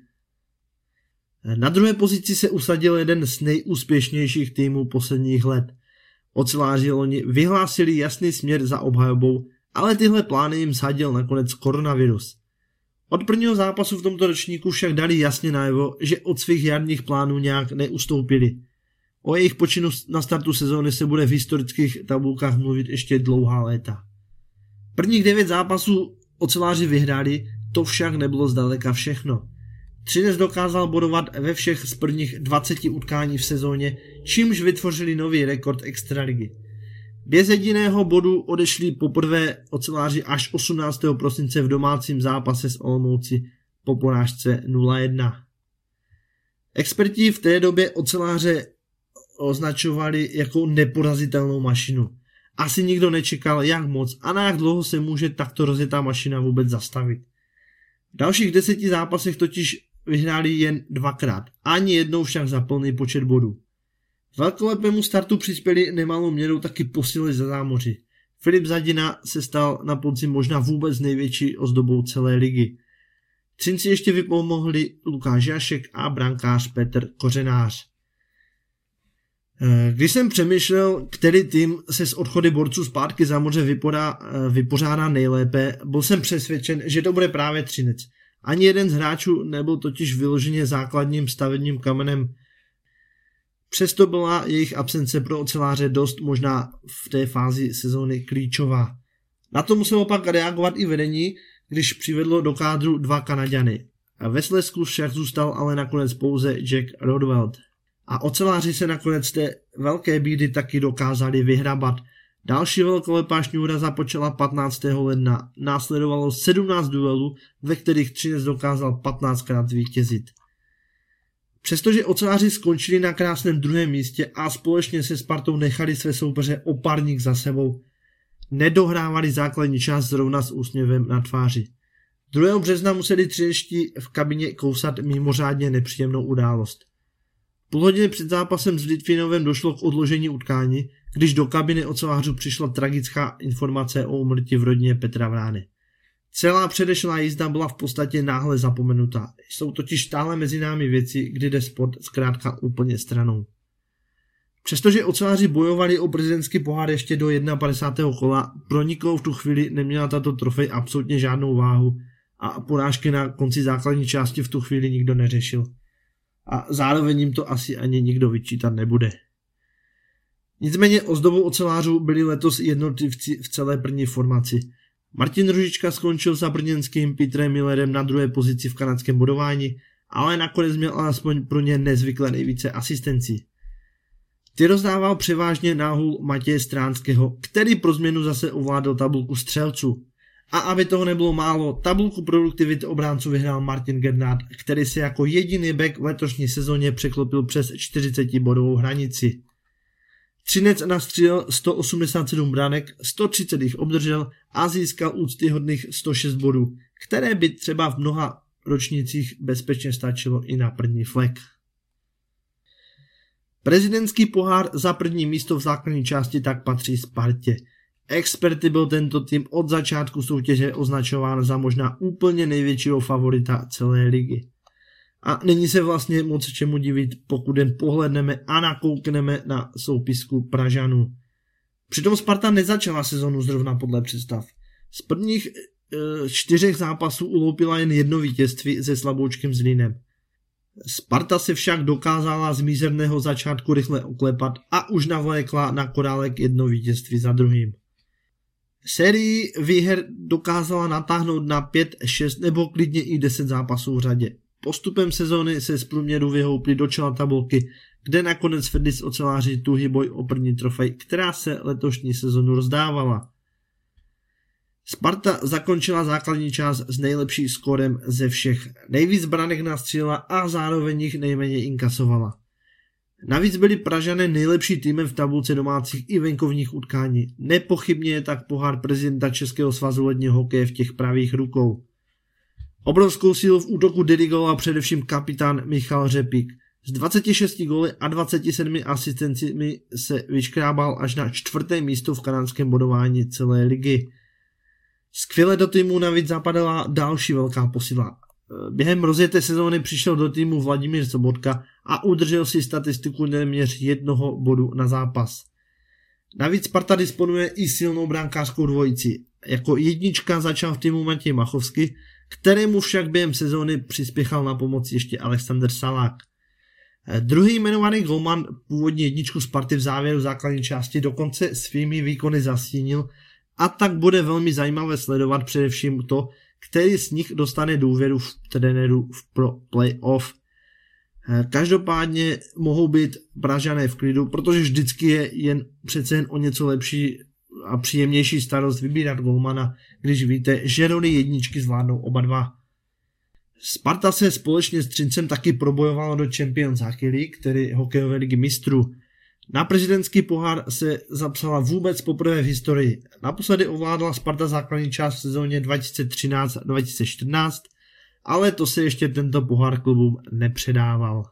Na druhé pozici se usadil jeden z nejúspěšnějších týmů posledních let. Oceláři loni vyhlásili jasný směr za obhajobou, ale tyhle plány jim shodil nakonec koronavirus. Od prvního zápasu v tomto ročníku však dali jasně najevo, že od svých jarních plánů nějak neustoupili. O jejich počinu na startu sezóny se bude v historických tabulkách mluvit ještě dlouhá léta. Prvních 9 zápasů oceláři vyhráli, to však nebylo zdaleka všechno. Třinec dokázal bodovat ve všech z prvních 20 utkání v sezóně, čímž vytvořili nový rekord extraligy. Bez jediného bodu odešli poprvé oceláři až 18. prosince v domácím zápase s Olomouci po porážce 0-1. Experti v té době oceláře označovali jako neporazitelnou mašinu. Asi nikdo nečekal, jak moc a na jak dlouho se může takto rozjetá mašina vůbec zastavit. V dalších 10 zápasech totiž vyhráli jen 2krát, ani jednou však za plný počet bodů. Velkolepému startu přispěli nemalou měrou taky posily ze zámoří. Filip Zadina se stal na podzim možná vůbec největší ozdobou celé ligy. Třinci ještě vypomohli Lukáš Jašek a brankář Petr Kořenář. Když jsem přemýšlel, který tým se s odchody borců zpátky za moře vypořádá nejlépe, byl jsem přesvědčen, že to bude právě Třinec. Ani jeden z hráčů nebyl totiž vyloženě základním stavebním kamenem. Přesto byla jejich absence pro oceláře dost možná v té fázi sezóny klíčová. Na to muselo pak reagovat i vedení, když přivedlo do kádru 2 Kanaďany. Ve Slezsku však zůstal ale nakonec pouze Jack Rodwell. A oceláři se nakonec té velké bídy taky dokázali vyhrabat. Další velkolepá šňůra započala 15. ledna. Následovalo 17 duelů, ve kterých Třinec dokázal 15krát vítězit. Přestože oceláři skončili na krásném 2. místě a společně se Spartou nechali své soupeře o párník za sebou, nedohrávali základní část zrovna s úsměvem na tváři. 2. března museli třinečtí v kabině kousat mimořádně nepříjemnou událost. Půl hodiny před zápasem s Litvinovem došlo k odložení utkání, když do kabiny ocelářů přišla tragická informace o úmrtí v rodině Petra Vrány. Celá předešlá jízda byla v podstatě náhle zapomenuta. Jsou totiž stále mezi námi věci, kdy jde sport zkrátka úplně stranou. Přestože oceláři bojovali o prezidentský pohár ještě do 51. kola, pro nikoho v tu chvíli neměla tato trofej absolutně žádnou váhu a porážky na konci základní části v tu chvíli nikdo neřešil. A zároveň jim to asi ani nikdo vyčítat nebude. Nicméně ozdobou ocelářů byli letos jednotlivci v celé první formaci. Martin Ružička skončil za brněnským Petrem Millerem na 2. pozici v kanadském bodování, ale nakonec měl alespoň pro ně nezvykle nejvíce asistencí. Ty rozdával převážně náhul Matěje Stránského, který pro změnu zase ovládl tabulku střelců. A aby toho nebylo málo, tabulku produktivity obránců vyhrál Martin Gernát, který se jako jediný back v letošní sezóně překlopil přes 40bodovou hranici. Třinec nastřílel 187 branek, 130 jich obdržel a získal úctyhodných 106 bodů, které by třeba v mnoha ročnících bezpečně stačilo i na první flek. Prezidentský pohár za první místo v základní části tak patří Spartě. Experty byl tento tým od začátku soutěže označován za možná úplně největšího favorita celé ligy. A není se vlastně moc čemu divit, pokud jen pohledneme a nakoukneme na soupisku Pražanů. Přitom Sparta nezačala sezonu zrovna podle představ. Z prvních 4 zápasů uloupila jen 1 vítězství se slaboučkem Zlínem. Sparta se však dokázala z mizerného začátku rychle oklepat a už navlékla na korálek 1 vítězství za druhým. Sérii výher dokázala natáhnout na 5, 6 nebo klidně i 10 zápasů v řadě. Postupem sezóny se z průměru vyhoupli do čela tabulky, kde nakonec vedli s oceláři tuhý boj o první trofej, která se letošní sezonu rozdávala. Sparta zakončila základní část s nejlepším skórem ze všech. Nejvíc branek nastřílela a zároveň jich nejméně inkasovala. Navíc byli Pražané nejlepší týmem v tabulce domácích i venkovních utkání. Nepochybně je tak pohár prezidenta Českého svazu ledního hokeje v těch pravých rukou. Obrovskou sílu v útoku dirigoval především kapitán Michal Řepík. Z 26 góly a 27 asistencemi se vyškrábal až na 4. místo v kanadském bodování celé ligy. Skvěle do týmu navíc zapadala další velká posila. Během rozjeté sezóny přišel do týmu Vladimír Sobotka a udržel si statistiku téměř 1 bodu na zápas. Navíc Sparta disponuje i silnou brankářskou dvojici. Jako jednička začal v týmu Matěj Machovský, kterému však během sezóny přispěchal na pomoc ještě Alexander Salák. Druhý jmenovaný golman původní jedničku Sparty v závěru základní části dokonce svými výkony zastínil a tak bude velmi zajímavé sledovat především to, který z nich dostane důvěru v trenéru pro playoff. Každopádně mohou být Pražané v klidu, protože vždycky je přece jen o něco lepší a příjemnější starost vybírat golmana, když víte, že roli jedničky zvládnou oba dva. Sparta se společně s Třincem taky probojovala do Champions Hockey League, tedy hokejové ligy mistrů. Na prezidentský pohár se zapsala vůbec poprvé v historii. Naposledy ovládla Sparta základní část v sezóně 2013-2014, ale to se ještě tento pohár klubům nepředával.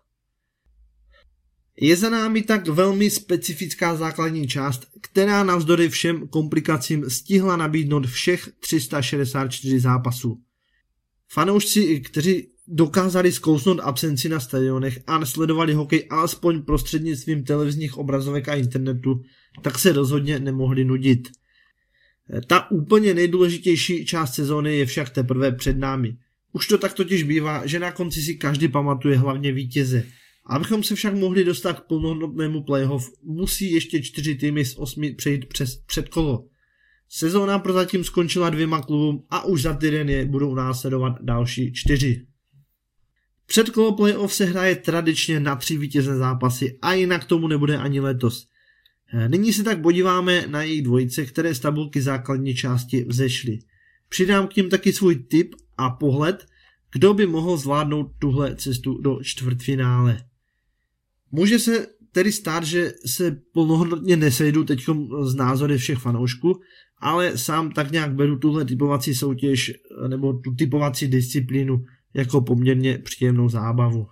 Je za námi tak velmi specifická základní část, která navzdory všem komplikacím stihla nabídnout všech 364 zápasů. Fanoušci, kteří dokázali zkousnout absenci na stadionech a sledovali hokej alespoň prostřednictvím televizních obrazovek a internetu, tak se rozhodně nemohli nudit. Ta úplně nejdůležitější část sezóny je však teprve před námi. Už to tak totiž bývá, že na konci si každý pamatuje hlavně vítěze. Abychom se však mohli dostat k plnohodnotnému playoff, musí ještě 4 týmy z 8 přejít přes předkolo. Sezóna prozatím skončila 2 klubům a už za týden je budou následovat další 4. Předkolo playoff se hraje tradičně na 3 vítězné zápasy a jinak tomu nebude ani letos. Nyní se tak podíváme na jejich dvojice, které z tabulky základní části vzešly. Přidám k nim taky svůj tip a pohled, kdo by mohl zvládnout tuhle cestu do čtvrtfinále. Může se tedy stát, že se plnohodnotně nesejdu teďkom z názory všech fanoušků, ale sám tak nějak beru tuhle typovací soutěž nebo tu typovací disciplínu jako poměrně příjemnou zábavu.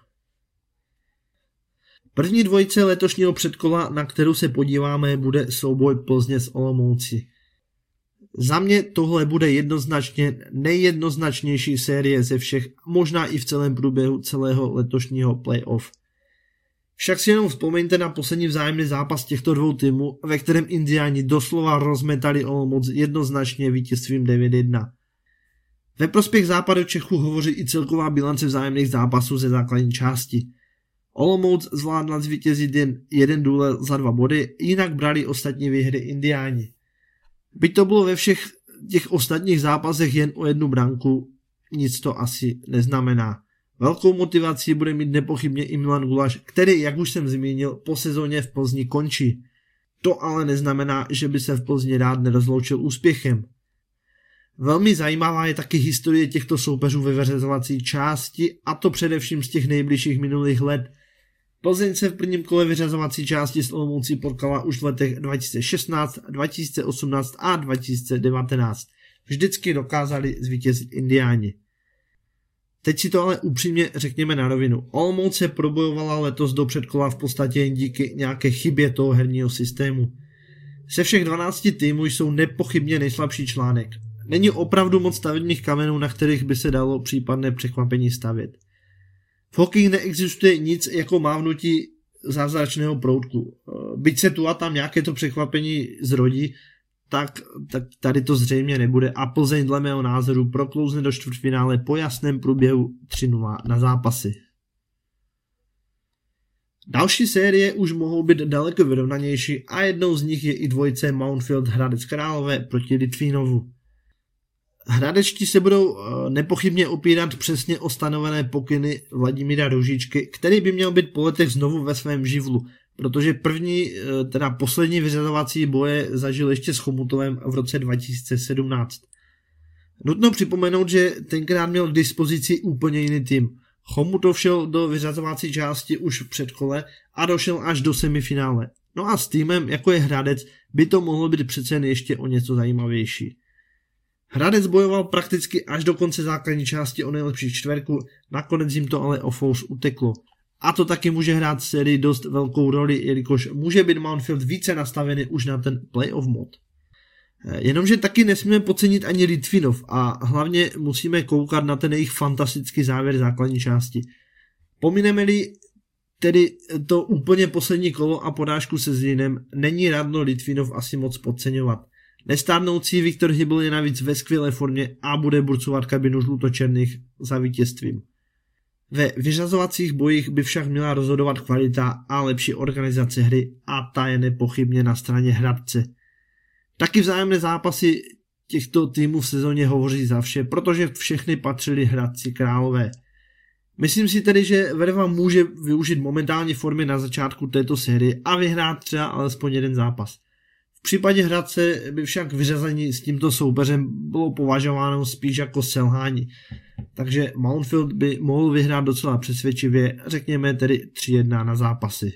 První dvojice letošního předkola, na kterou se podíváme, bude souboj Plzně s Olomoucí. Za mě tohle bude jednoznačně nejjednoznačnější série ze všech, možná i v celém průběhu celého letošního playoff. Však si jenom vzpomeňte na poslední vzájemný zápas těchto dvou týmů, ve kterém Indiáni doslova rozmetali Olomouc jednoznačně vítězstvím 9-1. Ve prospěch západu Čechů hovoří i celková bilance vzájemných zápasů ze základní části. Olomouc zvládla zvítězit jen 1 duel za 2 body, jinak brali ostatní výhry Indiáni. Byť to bylo ve všech těch ostatních zápasech jen o 1 branku, nic to asi neznamená. Velkou motivací bude mít nepochybně i Milan Gulaš, který, jak už jsem zmínil, po sezóně v Plzni končí. To ale neznamená, že by se v Plzni rád nerozloučil úspěchem. Velmi zajímavá je taky historie těchto soupeřů ve vyřazovací části, a to především z těch nejbližších minulých let. Plzeň se v prvním kole vyřazovací části s Olomoucí potkala už v letech 2016, 2018 a 2019. Vždycky dokázali zvítězit Indiáni. Teď si to ale upřímně řekněme na rovinu. Olomouc se probojovala letos do předkola v podstatě jen díky nějaké chybě toho herního systému. Se všech 12 týmů jsou nepochybně nejslabší článek. Není opravdu moc stavebních kamenů, na kterých by se dalo případné překvapení stavět. V hokeji neexistuje nic jako mávnutí zázračného proutku. Byť se tu a tam nějaké to překvapení zrodí, tak tady to zřejmě nebude a Plzeň dle mého názoru proklouzne do čtvrtfinále po jasném průběhu 3-0 na zápasy. Další série už mohou být daleko vyrovnanější a jednou z nich je i dvojice Mountfield Hradec Králové proti Litvínovu. Hradečtí se budou nepochybně opírat přesně o stanovené pokyny Vladimíra Růžičky, který by měl být po letech znovu ve svém živlu, protože poslední vyřazovací boje zažil ještě s Chomutovem v roce 2017. Nutno připomenout, že tenkrát měl k dispozici úplně jiný tým. Chomutov šel do vyřazovací části už v předkole a došel až do semifinále. No a s týmem, jako je Hradec, by to mohlo být přece jen ještě o něco zajímavější. Hradec bojoval prakticky až do konce základní části o nejlepší čtverku, nakonec jim to ale o fous uteklo. A to taky může hrát sérii dost velkou roli, jelikož může být Mountfield více nastavený už na ten playoff mod. Jenomže taky nesmíme podcenit ani Litvinov a hlavně musíme koukat na ten jejich fantastický závěr základní části. Pomineme-li tedy to úplně poslední kolo a porážku se Zlínem, není radno Litvinov asi moc podceňovat. Nestárnoucí Viktor Hybl je navíc ve skvělé formě a bude burcovat kabinu žlutočerných za vítězstvím. Ve vyřazovacích bojích by však měla rozhodovat kvalita a lepší organizace hry a ta je nepochybně na straně Hradce. Taky vzájemné zápasy těchto týmů v sezóně hovoří za vše, protože všechny patřili Hradci Králové. Myslím si tedy, že Verva může využít momentální formy na začátku této série a vyhrát třeba alespoň jeden zápas. V případě Hradce by však vyřazení s tímto soupeřem bylo považováno spíš jako selhání. Takže Mountfield by mohl vyhrát docela přesvědčivě, řekněme tedy 3-1 na zápasy.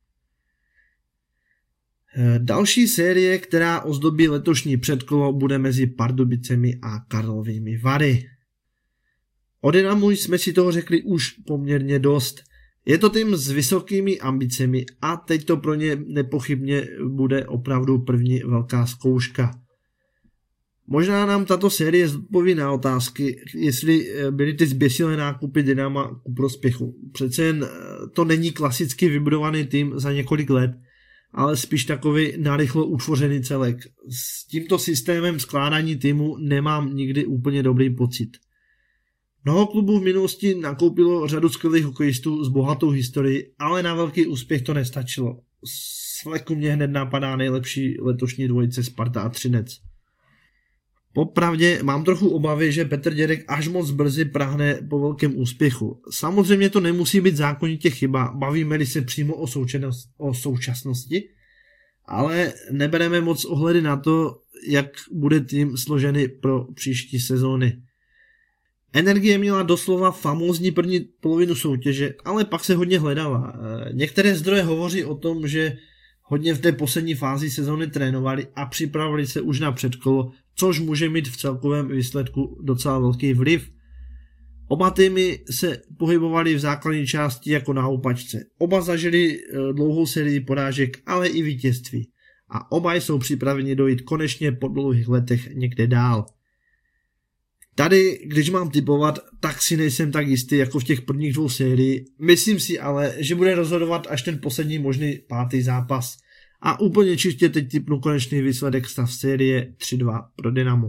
Další série, která ozdobí letošní předkolo, bude mezi Pardubicemi a Karlovými Vary. O Dynamu jsme si toho řekli už poměrně dost. Je to tým s vysokými ambicemi a teď to pro ně nepochybně bude opravdu první velká zkouška. Možná nám tato série zodpoví na otázky, jestli byly ty zběsilé nákupy Dynama ku prospěchu. Přece jen to není klasicky vybudovaný tým za několik let, ale spíš takový narychlo utvořený celek. S tímto systémem skládání týmu nemám nikdy úplně dobrý pocit. Mnoho klubů v minulosti nakoupilo řadu skvělých hokejistů s bohatou historií, ale na velký úspěch to nestačilo. Z fleku mě hned napadá nejlepší letošní dvojice Sparta a Třinec. Popravdě mám trochu obavy, že Petr Dědek až moc brzy prahne po velkém úspěchu. Samozřejmě to nemusí být zákonitě chyba, bavíme-li se přímo o současnosti, ale nebereme moc ohledy na to, jak bude tým složený pro příští sezóny. Energie měla doslova famózní první polovinu soutěže, ale pak se hodně hledala. Některé zdroje hovoří o tom, že hodně v té poslední fázi sezóny trénovali a připravili se už na předkolo, což může mít v celkovém výsledku docela velký vliv. Oba týmy se pohybovaly v základní části jako na houpačce. Oba zažili dlouhou sérii porážek, ale i vítězství. A oba jsou připraveni dojít konečně po dlouhých letech někde dál. Tady, když mám tipovat, tak si nejsem tak jistý jako v těch prvních dvou sérií. Myslím si ale, že bude rozhodovat až ten poslední možný pátý zápas. A úplně čistě teď tipnu konečný výsledek stav série 3-2 pro Dynamo.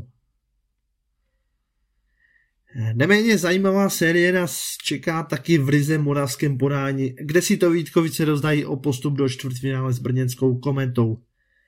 Neméně zajímavá série nás čeká taky v ryze moravském podání, kde si to Vítkovice rozdají o postup do čtvrtfinále s brněnskou Kometou.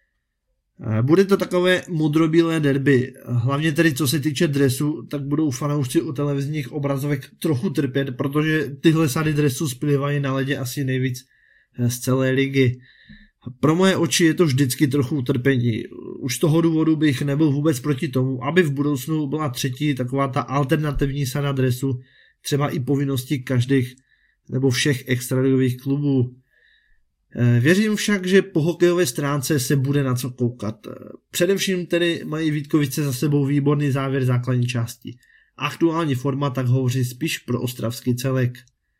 Bude to takové modrobílé derby, hlavně tedy co se týče dresu, tak budou fanoušci u televizních obrazovek trochu trpět, protože tyhle sady dresu splivají na ledě asi nejvíc z celé ligy. Pro moje oči je to vždycky trochu utrpení. Už z toho důvodu bych nebyl vůbec proti tomu, aby v budoucnu byla třetí taková ta alternativní sada dresu, třeba i povinnosti každých nebo všech extraligových klubů. Věřím však, že po hokejové stránce se bude na co koukat. Především tedy mají Vítkovice za sebou výborný závěr základní části. Aktuální forma tak hovoří spíš pro ostravský celek.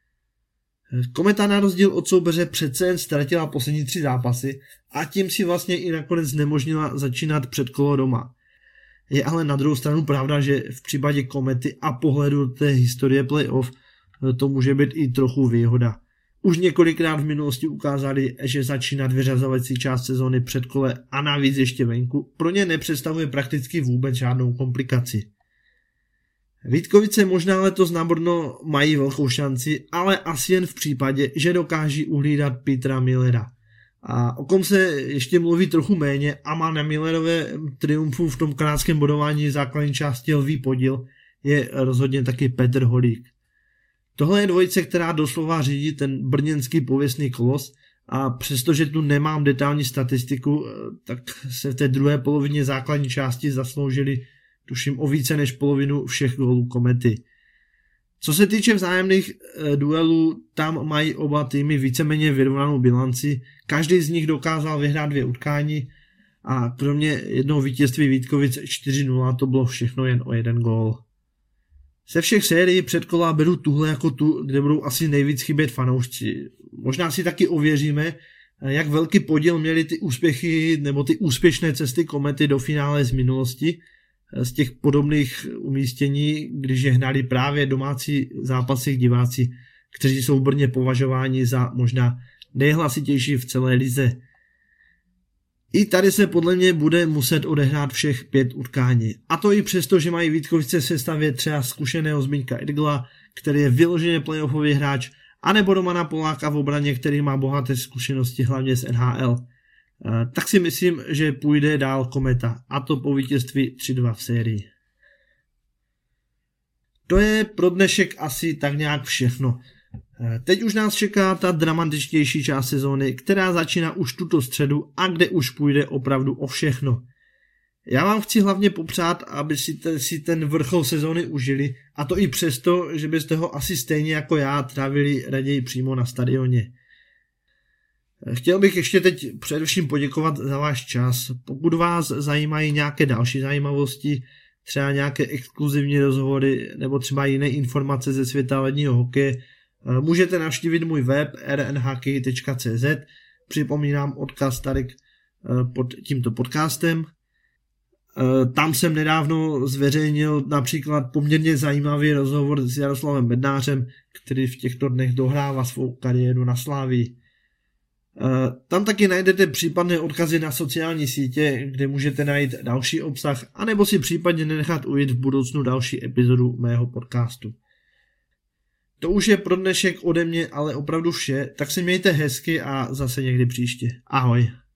Kometa na rozdíl od soupeře přece jen ztratila poslední 3 zápasy a tím si vlastně i nakonec znemožnila začínat předkolo doma. Je ale na druhou stranu pravda, že v případě Komety a pohledu té historie playoff to může být i trochu výhoda. Už několikrát v minulosti ukázali, že začínat vyřazovací část sezóny předkole a navíc ještě venku pro ně nepředstavuje prakticky vůbec žádnou komplikaci. Vítkovice možná letos na Brno mají velkou šanci, ale asi jen v případě, že dokáží uhlídat Petra Millera. A o kom se ještě mluví trochu méně a má na Millerové triumfu v tom kanadském bodování základní části lví podíl, je rozhodně taky Petr Holík. Tohle je dvojice, která doslova řídí ten brněnský pověstný kolos a přestože tu nemám detailní statistiku, tak se v té druhé polovině základní části zasloužili tuším o více než polovinu všech gólů Komety. Co se týče vzájemných duelů, tam mají oba týmy víceméně vyrovnanou bilanci, každý z nich dokázal vyhrát 2 utkání a kromě jednoho vítězství Vítkovic 4-0 to bylo všechno jen o 1 gól. Ze všech sérií předkola beru tuhle jako tu, kde budou asi nejvíc chybět fanoušci. Možná si taky ověříme, jak velký podíl měly ty úspěchy nebo ty úspěšné cesty Komety do finále z minulosti, z těch podobných umístění, když je hnali právě domácí zápasy diváci, kteří jsou v Brně považováni za možná nejhlasitější v celé lize. I tady se podle mě bude muset odehrát všech 5 utkání. A to i přesto, že mají Vítkovice v sestavě třeba zkušeného Zbyňka Edgla, který je vyloženě playoffový hráč, anebo Romana Poláka v obraně, který má bohaté zkušenosti hlavně z NHL. Tak si myslím, že půjde dál Kometa, a to po vítězství 3-2 v sérii. To je pro dnešek asi tak nějak všechno. Teď už nás čeká ta dramatičtější část sezóny, která začíná už tuto středu a kde už půjde opravdu o všechno. Já vám chci hlavně popřát, aby si ten vrchol sezóny užili, a to i přesto, že byste ho asi stejně jako já trávili raději přímo na stadioně. Chtěl bych ještě teď především poděkovat za váš čas. Pokud vás zajímají nějaké další zajímavosti, třeba nějaké exkluzivní rozhovory nebo třeba jiné informace ze světa ledního hokeje, můžete navštívit můj web rnhk.cz. Připomínám odkaz tady pod tímto podcastem. Tam jsem nedávno zveřejnil například poměrně zajímavý rozhovor s Jaroslavem Bednářem, který v těchto dnech dohrává svou kariéru na Slavii. Tam taky najdete případné odkazy na sociální sítě, kde můžete najít další obsah, anebo si případně nechat ujít v budoucnu další epizodu mého podcastu. To už je pro dnešek ode mě ale opravdu vše, tak se mějte hezky a zase někdy příště. Ahoj.